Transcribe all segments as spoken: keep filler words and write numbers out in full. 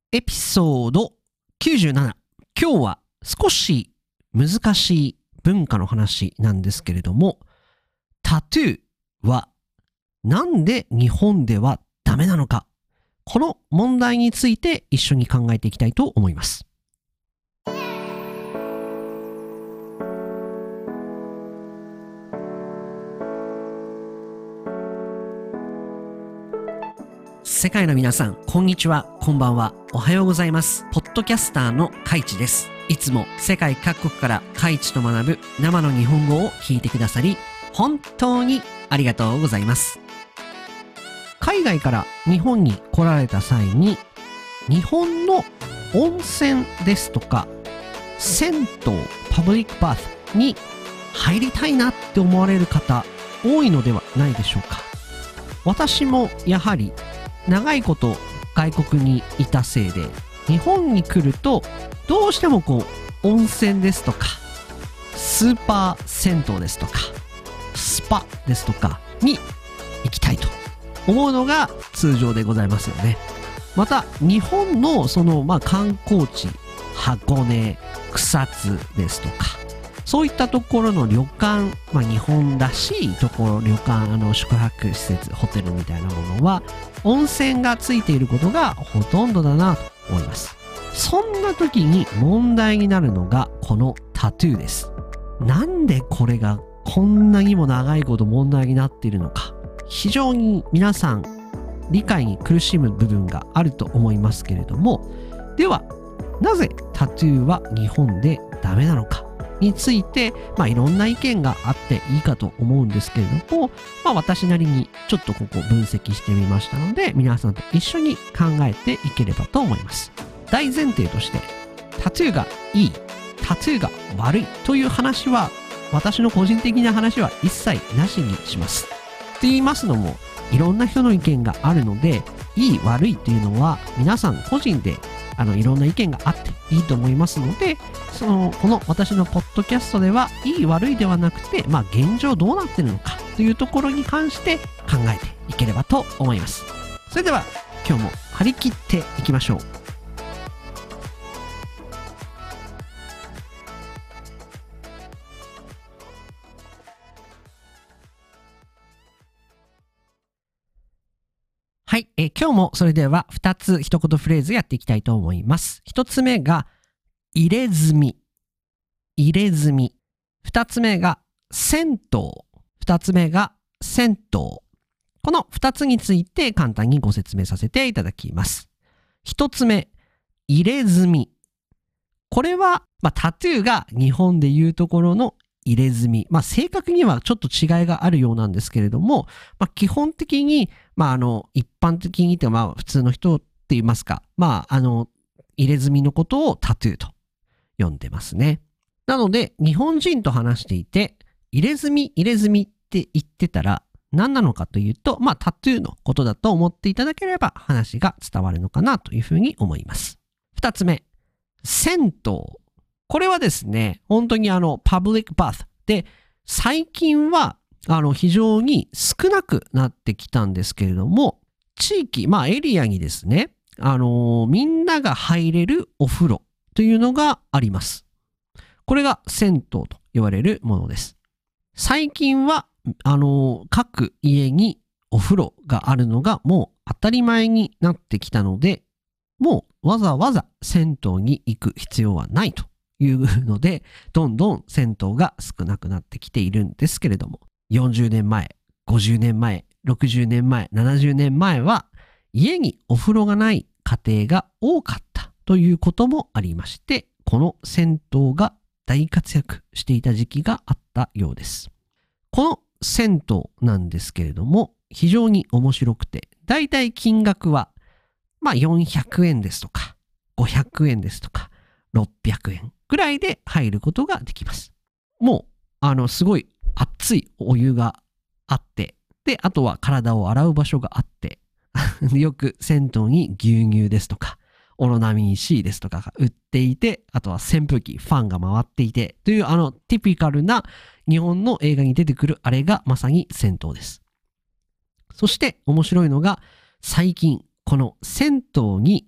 エピソードきゅうじゅうなな。今日は少し難しい文化の話なんですけれども、タトゥーはなんで日本ではダメなのか、この問題について一緒に考えていきたいと思います。世界の皆さん、こんにちは、こんばんは、おはようございます。ポッドキャスターのカイチです。いつも世界各国からカイチと学ぶ生の日本語を聞いてくださり、本当にありがとうございます。海外から日本に来られた際に、日本の温泉ですとか、銭湯、パブリックバスに入りたいなって思われる方、多いのではないでしょうか。私もやはり長いこと外国にいたせいで、日本に来るとどうしてもこう温泉ですとかスーパー銭湯ですとかスパですとかに行きたいと思うのが通常でございますよね。また日本のそのまあ観光地、箱根、草津ですとかそういったところの旅館、まあ、日本らしいところ、旅館、あの宿泊施設、ホテルみたいなものは温泉がついていることがほとんどだなと思います。そんな時に問題になるのがこのタトゥーです。なんでこれがこんなにも長いこと問題になっているのか、非常に皆さん理解に苦しむ部分があると思いますけれども、ではなぜタトゥーは日本でダメなのかについて、まあ、いろんな意見があっていいかと思うんですけれども、まあ、私なりにちょっとここ分析してみましたので、皆さんと一緒に考えていければと思います。大前提として、タトゥーがいい、タトゥーが悪いという話は、私の個人的な話は一切なしにします。って言いますのも、いろんな人の意見があるので、いい悪いっていうのは皆さん個人であのいろんな意見があっていいと思いますので、そのこの私のポッドキャストではいい悪いではなくて、まあ現状どうなってるのかというところに関して考えていければと思います。それでは今日も張り切っていきましょう。はい、えー、今日もそれではふたつ一言フレーズやっていきたいと思います。ひとつめが入れ墨、入れ墨。ふたつめが銭湯、ふたつめが銭湯。このふたつについて簡単にご説明させていただきます。ひとつめ、入れ墨。これは、まあ、タトゥーが日本でいうところの入れ墨。まあ、正確にはちょっと違いがあるようなんですけれども、まあ、基本的に、まあ、あの、一般的に言って、まあ、普通の人って言いますか、まあ、あの、入れ墨のことをタトゥーと呼んでますね。なので、日本人と話していて、入れ墨、入れ墨って言ってたら、何なのかというと、まあ、タトゥーのことだと思っていただければ話が伝わるのかなというふうに思います。二つ目、銭湯。これはですね、本当にあの、パブリックバスで、最近は、あの、非常に少なくなってきたんですけれども、地域、まあ、エリアにですね、あのー、みんなが入れるお風呂というのがあります。これが銭湯と言われるものです。最近は、あのー、各家にお風呂があるのがもう当たり前になってきたので、もうわざわざ銭湯に行く必要はないというので、どんどん銭湯が少なくなってきているんですけれども、よんじゅうねんまえ、ごじゅうねんまえ、ろくじゅうねんまえ、ななじゅうねんまえは家にお風呂がない家庭が多かったということもありまして、この銭湯が大活躍していた時期があったようです。この銭湯なんですけれども、非常に面白くて、だいたい金額はまあよんひゃくえんですとか、ごひゃくえんですとか、ろっぴゃくえんぐらいで入ることができます。もう、あの、すごい熱いお湯があって、で、あとは体を洗う場所があって、よく銭湯に牛乳ですとか、オロナミン C ですとかが売っていて、あとは扇風機、ファンが回っていて、というあの、ティピカルな日本の映画に出てくるあれがまさに銭湯です。そして面白いのが、最近、この銭湯に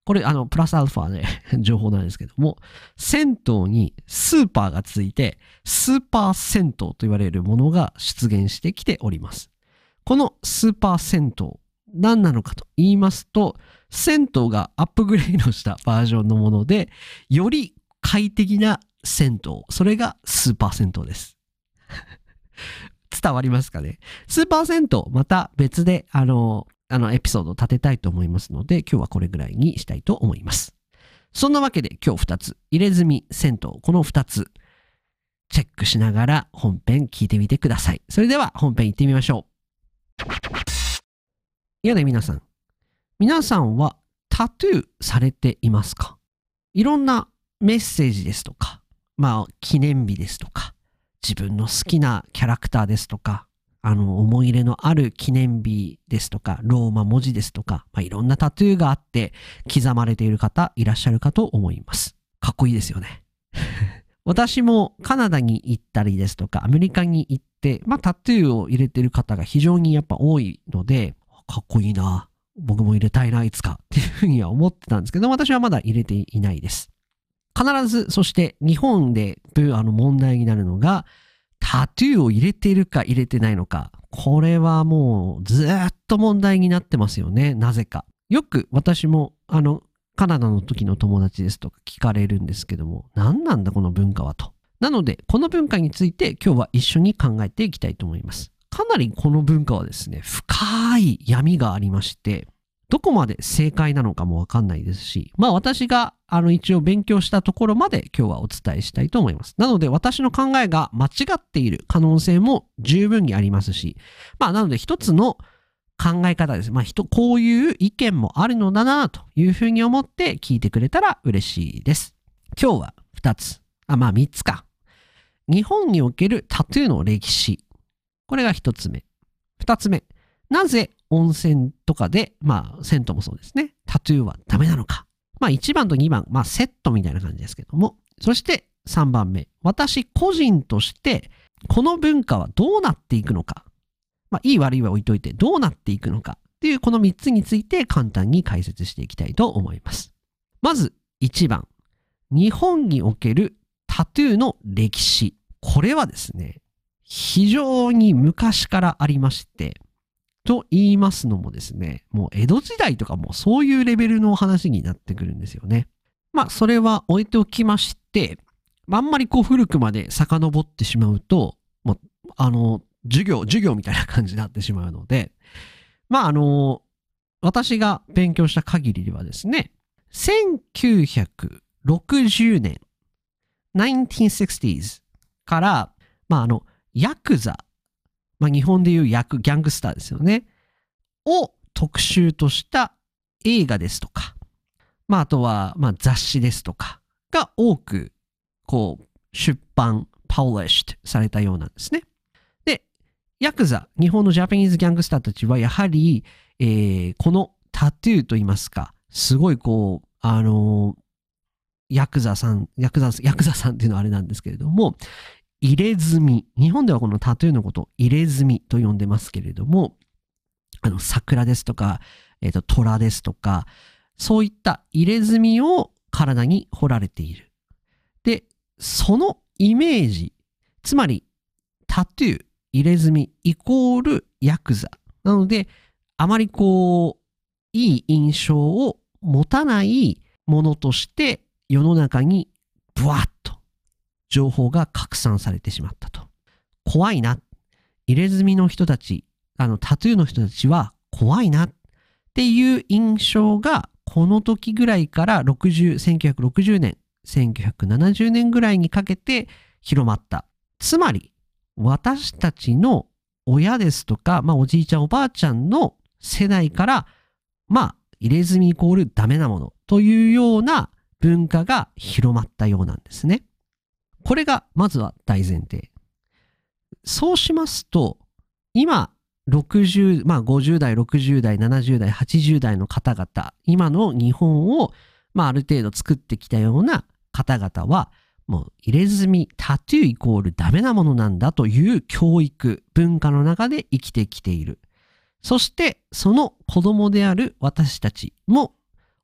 これ、あの、プラスアルファで情報なんですけども、銭湯にスーパーがついて、スーパー銭湯と言われるものが出現してきております。このスーパー銭湯、何なのかと言いますと、銭湯がアップグレードしたバージョンのもので、より快適な銭湯、それがスーパー銭湯です。伝わりますかね。スーパー銭湯、また別で、あの、あのエピソードを立てたいと思いますので、今日はこれぐらいにしたいと思います。そんなわけで今日ふたつ、入れ墨、銭湯、このふたつ、チェックしながら本編聞いてみてください。それでは本編行ってみましょう。いやね、皆さん。皆さんはタトゥーされていますか？いろんなメッセージですとか、まあ記念日ですとか、自分の好きなキャラクターですとか、あの思い入れのある記念日ですとか、ローマ文字ですとか、まあ、いろんなタトゥーがあって刻まれている方いらっしゃるかと思います。かっこいいですよね。私もカナダに行ったりですとか、アメリカに行って、まあ、タトゥーを入れてる方が非常にやっぱ多いので、かっこいいな。僕も入れたいな、いつかっていうふうには思ってたんですけど、私はまだ入れていないです。必ず、そして日本であの問題になるのが、タトゥーを入れているか入れてないのか。これはもうずっと問題になってますよね。なぜか。よく私もあのカナダの時の友達ですとか聞かれるんですけども、何なんだこの文化はと。なので、この文化について今日は一緒に考えていきたいと思います。かなりこの文化はですね、深い闇がありまして、どこまで正解なのかもわかんないですし、まあ私があの一応勉強したところまで今日はお伝えしたいと思います。なので私の考えが間違っている可能性も十分にありますし、まあなので一つの考え方です。まあ人、こういう意見もあるのだなというふうに思って聞いてくれたら嬉しいです。今日は二つ、あ、まあ三つか。日本におけるタトゥーの歴史。これが一つ目。二つ目。なぜ温泉とかで、まあ、銭湯もそうですね。タトゥーはダメなのか。まあ、いちばんとにばん、まあ、セットみたいな感じですけども。そして、さんばんめ。私個人として、この文化はどうなっていくのか。まあ、いい悪いは置いといて、どうなっていくのか。っていう、このみっつについて簡単に解説していきたいと思います。まず、いちばん。日本におけるタトゥーの歴史。これはですね、非常に昔からありまして、と言いますのもですね、もう江戸時代とかもそういうレベルの話になってくるんですよね。まあ、それは置いておきまして、あんまりこう古くまで遡ってしまうと、もう、あの、授業、授業みたいな感じになってしまうので、まあ、あの、私が勉強した限りではですね、せんきゅうひゃくろくじゅうねん、ナインティーンシックスティーズ から、まあ、あの、ヤクザ、まあ、日本でいうヤク、ギャングスターですよね。を特集とした映画ですとか、まあ、あとは、まあ、雑誌ですとかが多く、こう、出版、polished されたようなんですね。で、ヤクザ、日本のジャパニーズギャングスターたちは、やはり、えー、このタトゥーといいますか、すごいこう、あのー、ヤクザさん、ヤクザ、ヤクザさんっていうのはあれなんですけれども、入れ墨。日本ではこのタトゥーのことを入れ墨と呼んでますけれども、あの、桜ですとか、えっと、虎ですとか、そういった入れ墨を体に彫られている。で、そのイメージ、つまりタトゥー、入れ墨イコールヤクザ。なので、あまりこう、いい印象を持たないものとして世の中にブワッと情報が拡散されてしまったと。怖いな。入れ墨の人たち、あのタトゥーの人たちは怖いなっていう印象がこの時ぐらいからろくじゅう、せんきゅうひゃくろくじゅうねん、せんきゅうひゃくななじゅうねんぐらいにかけて広まった。つまり、私たちの親ですとか、まあおじいちゃんおばあちゃんの世代から、まあ入れ墨イコールダメなものというような文化が広まったようなんですね。これがまずは大前提。そうしますと、今、ろくじゅう、まあごじゅう代、ろくじゅう代、ななじゅう代、はちじゅう代の方々、今の日本を、まあある程度作ってきたような方々は、もう入れ墨、タトゥーイコールダメなものなんだという教育、文化の中で生きてきている。そして、その子供である私たちも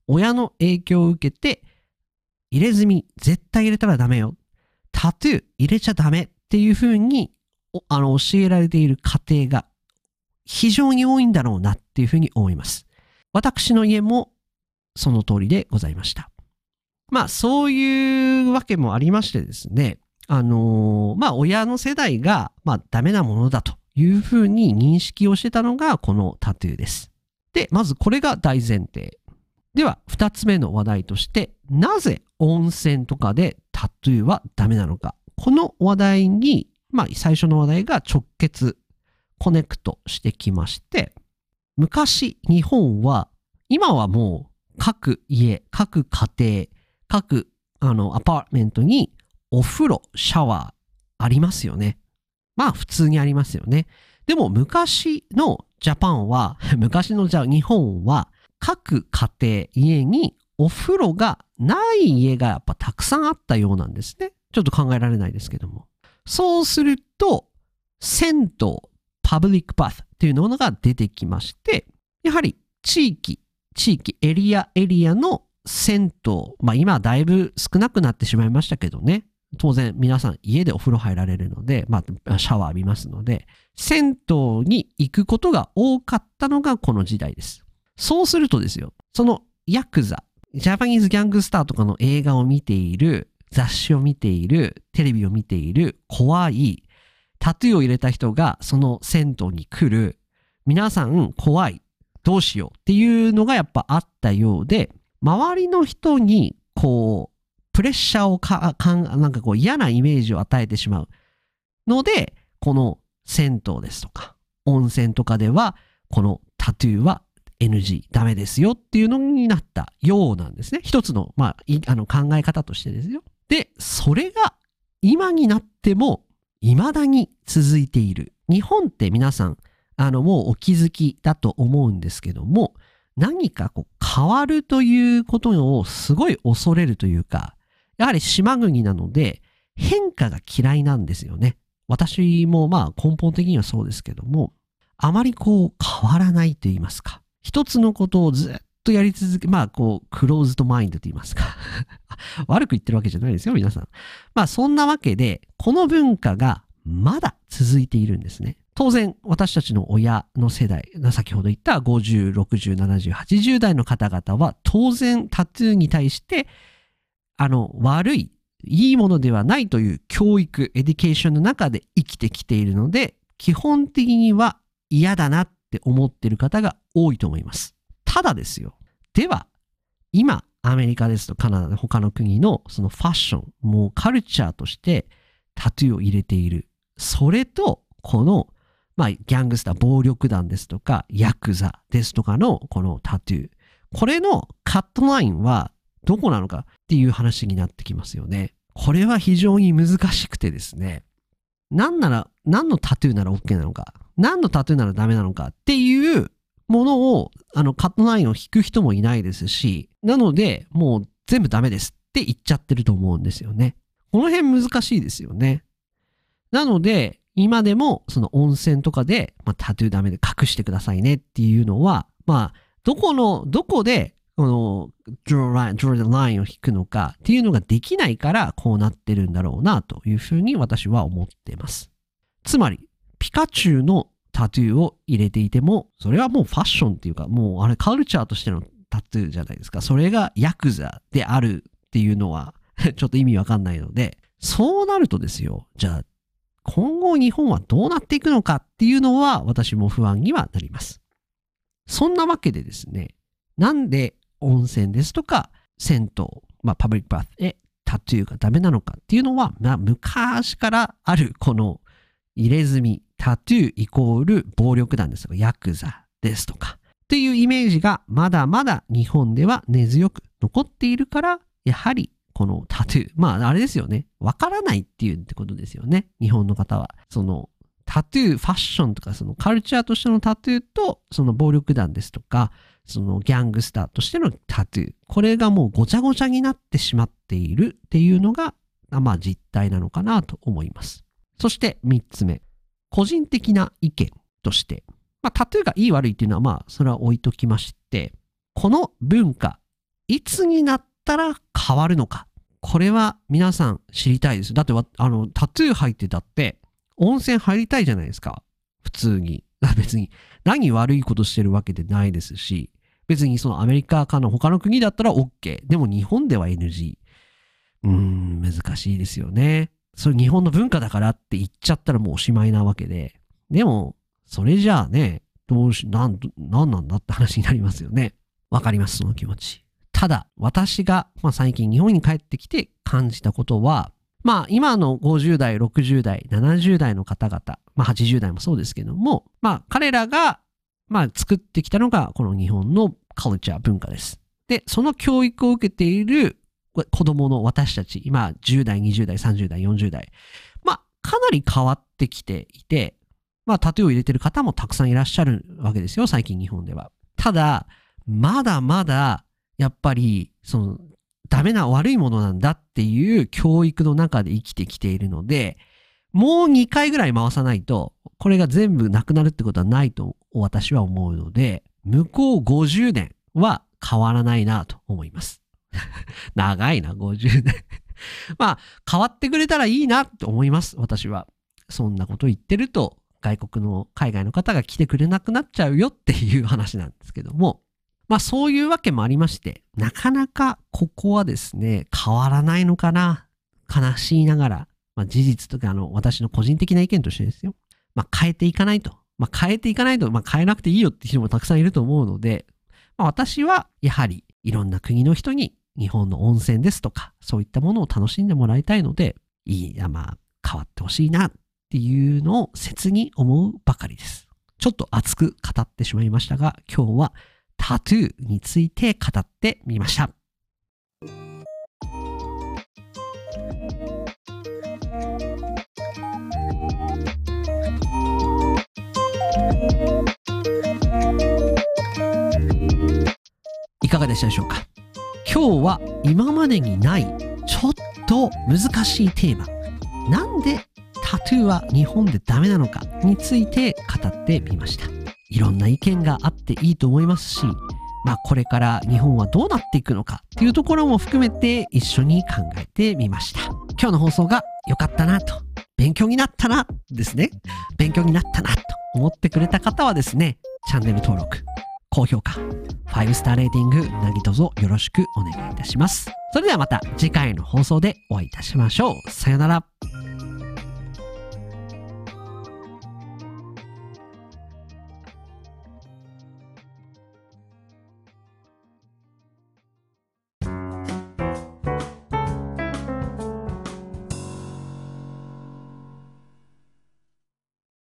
親の影響を受けて、入れ墨、絶対入れたらダメよ。タトゥー入れちゃダメっていう風にあの教えられている家庭が非常に多いんだろうなっていう風に思います。私の家もその通りでございました。まあそういうわけもありましてですね、あのー、まあ親の世代がまあダメなものだという風に認識をしてたのがこのタトゥーです。で、まずこれが大前提。では二つ目の話題として、なぜ温泉とかでタトゥーはダメなのか。この話題に、まあ最初の話題が直結、コネクトしてきまして、昔日本は、今はもう各家、各家庭、各あのアパートメントにお風呂、シャワーありますよね。まあ普通にありますよね。でも昔のジャパンは、昔のじゃあ日本は各家庭、家にお風呂がない家がやっぱたくさんあったようなんですね。ちょっと考えられないですけども。そうすると、銭湯、パブリックバスっていうものが出てきまして、やはり地域、地域、エリア、エリアの銭湯、まあ今はだいぶ少なくなってしまいましたけどね。当然皆さん家でお風呂入られるので、まあシャワー浴びますので、銭湯に行くことが多かったのがこの時代です。そうするとですよ、そのヤクザ、ジャパニーズギャングスターとかの映画を見ている、雑誌を見ている、テレビを見ている、怖い、タトゥーを入れた人がその銭湯に来る、皆さん怖い、どうしようっていうのがやっぱあったようで、周りの人にこう、プレッシャーをか、かん、なんかこう嫌なイメージを与えてしまうので、この銭湯ですとか、温泉とかでは、このタトゥーは エヌジー、ダメですよっていうのになったようなんですね。一つの、まあ、いあの考え方としてですよ。で、それが今になっても未だに続いている。日本って皆さん、あの、もうお気づきだと思うんですけども、何かこう変わるということをすごい恐れるというか、やはり島国なので変化が嫌いなんですよね。私もまあ根本的にはそうですけども、あまりこう変わらないと言いますか。一つのことをずっとやり続け、まあこうクローズドマインドと言いますか。悪く言ってるわけじゃないですよ、皆さん。まあそんなわけで、この文化がまだ続いているんですね。当然、私たちの親の世代、先ほど言ったごじゅう、ろくじゅう、ななじゅう、はちじゅう代の方々は当然タトゥーに対してあの悪い、いいものではないという教育、エデュケーションの中で生きてきているので、基本的には嫌だなって思っている方が多いと思います。ただですよ。では、今、アメリカですとカナダで他の国のそのファッション、もうカルチャーとしてタトゥーを入れている。それと、この、まあ、ギャングスター、暴力団ですとか、ヤクザですとかのこのタトゥー。これのカットラインはどこなのかっていう話になってきますよね。これは非常に難しくてですね。何なら、何のタトゥーなら OK なのか、何のタトゥーならダメなのかっていうものを、あの、カットラインを引く人もいないですし、なので、もう全部ダメですって言っちゃってると思うんですよね。この辺難しいですよね。なので、今でもその温泉とかで、まあ、タトゥーダメで隠してくださいねっていうのは、まあ、どこの、どこで、この、draw line, draw the line を引くのかっていうのができないから、こうなってるんだろうなというふうに私は思っています。つまり、ピカチュウのタトゥーを入れていても、それはもうファッションっていうか、もうあれカルチャーとしてのタトゥーじゃないですか。それがヤクザであるっていうのは、ちょっと意味わかんないので、そうなるとですよ、じゃあ、今後日本はどうなっていくのかっていうのは私も不安にはなります。そんなわけでですね、なんで温泉ですとか銭湯、まあパブリックバスでタトゥーがダメなのかっていうのは、まあ昔からあるこの入れ墨、タトゥーイコール暴力団ですとかヤクザですとかっていうイメージがまだまだ日本では根強く残っているから、やはりこのタトゥー。まあ、あれですよね。わからないっていうってことですよね。日本の方は。その、タトゥー、ファッションとか、そのカルチャーとしてのタトゥーと、その暴力団ですとか、そのギャングスターとしてのタトゥー。これがもうごちゃごちゃになってしまっているっていうのが、まあ実態なのかなと思います。そしてみっつめ。個人的な意見として、まあタトゥーがいい悪いっていうのは、まあそれは置いときまして、この文化いつになったら変わるのか。これは皆さん知りたいです。だってわあのタトゥー入ってたって温泉入りたいじゃないですか。普通に。別に何悪いことしてるわけでないですし、別にそのアメリカかの他の国だったら OK。でも日本では エヌジー。うーん、難しいですよね。それ日本の文化だからって言っちゃったらもうおしまいなわけで。でも、それじゃあね、どうし、なん、なんなんだって話になりますよね。わかります、その気持ち。ただ、私が、まあ、最近日本に帰ってきて感じたことは、まあ、今のごじゅう代、ろくじゅう代、ななじゅう代の方々、まあ、はちじゅう代もそうですけども、まあ、彼らが、まあ、作ってきたのが、この日本のカルチャー、文化です。で、その教育を受けている子供の私たち、今、じゅう代、にじゅう代、さんじゅう代、よんじゅう代、まあ、かなり変わってきていて、まあ、タトゥーを入れてる方もたくさんいらっしゃるわけですよ、最近日本では。ただ、まだまだ、やっぱり、その、ダメな悪いものなんだっていう教育の中で生きてきているので、もうにかいぐらい回さないと、これが全部なくなるってことはないと私は思うので、向こうごじゅうねんは変わらないなと思います。長いな、ごじゅうねん。まあ、変わってくれたらいいなと思います、私は。そんなこと言ってると、外国の海外の方が来てくれなくなっちゃうよっていう話なんですけども、まあそういうわけもありまして、なかなかここはですね、変わらないのかな。悲しいながら、まあ事実とかあの私の個人的な意見としてですよ。まあ変えていかないと。まあ変えていかないと、まあ変えなくていいよって人もたくさんいると思うので、まあ私はやはりいろんな国の人に日本の温泉ですとか、そういったものを楽しんでもらいたいので、いい、まあ変わってほしいなっていうのを切に思うばかりです。ちょっと熱く語ってしまいましたが、今日はタトゥーについて語ってみました。いかがでしたでしょうか。今日は今までにないちょっと難しいテーマ、なんでタトゥーは日本でダメなのかについて語ってみました。いろんな意見があっていいと思いますし、まあこれから日本はどうなっていくのかっていうところも含めて一緒に考えてみました。今日の放送が良かったなと、勉強になったなですね。勉強になったなと思ってくれた方はですね、チャンネル登録、高評価、ファイブスターレーティング何卒よろしくお願いいたします。それではまた次回の放送でお会いいたしましょう。さよなら。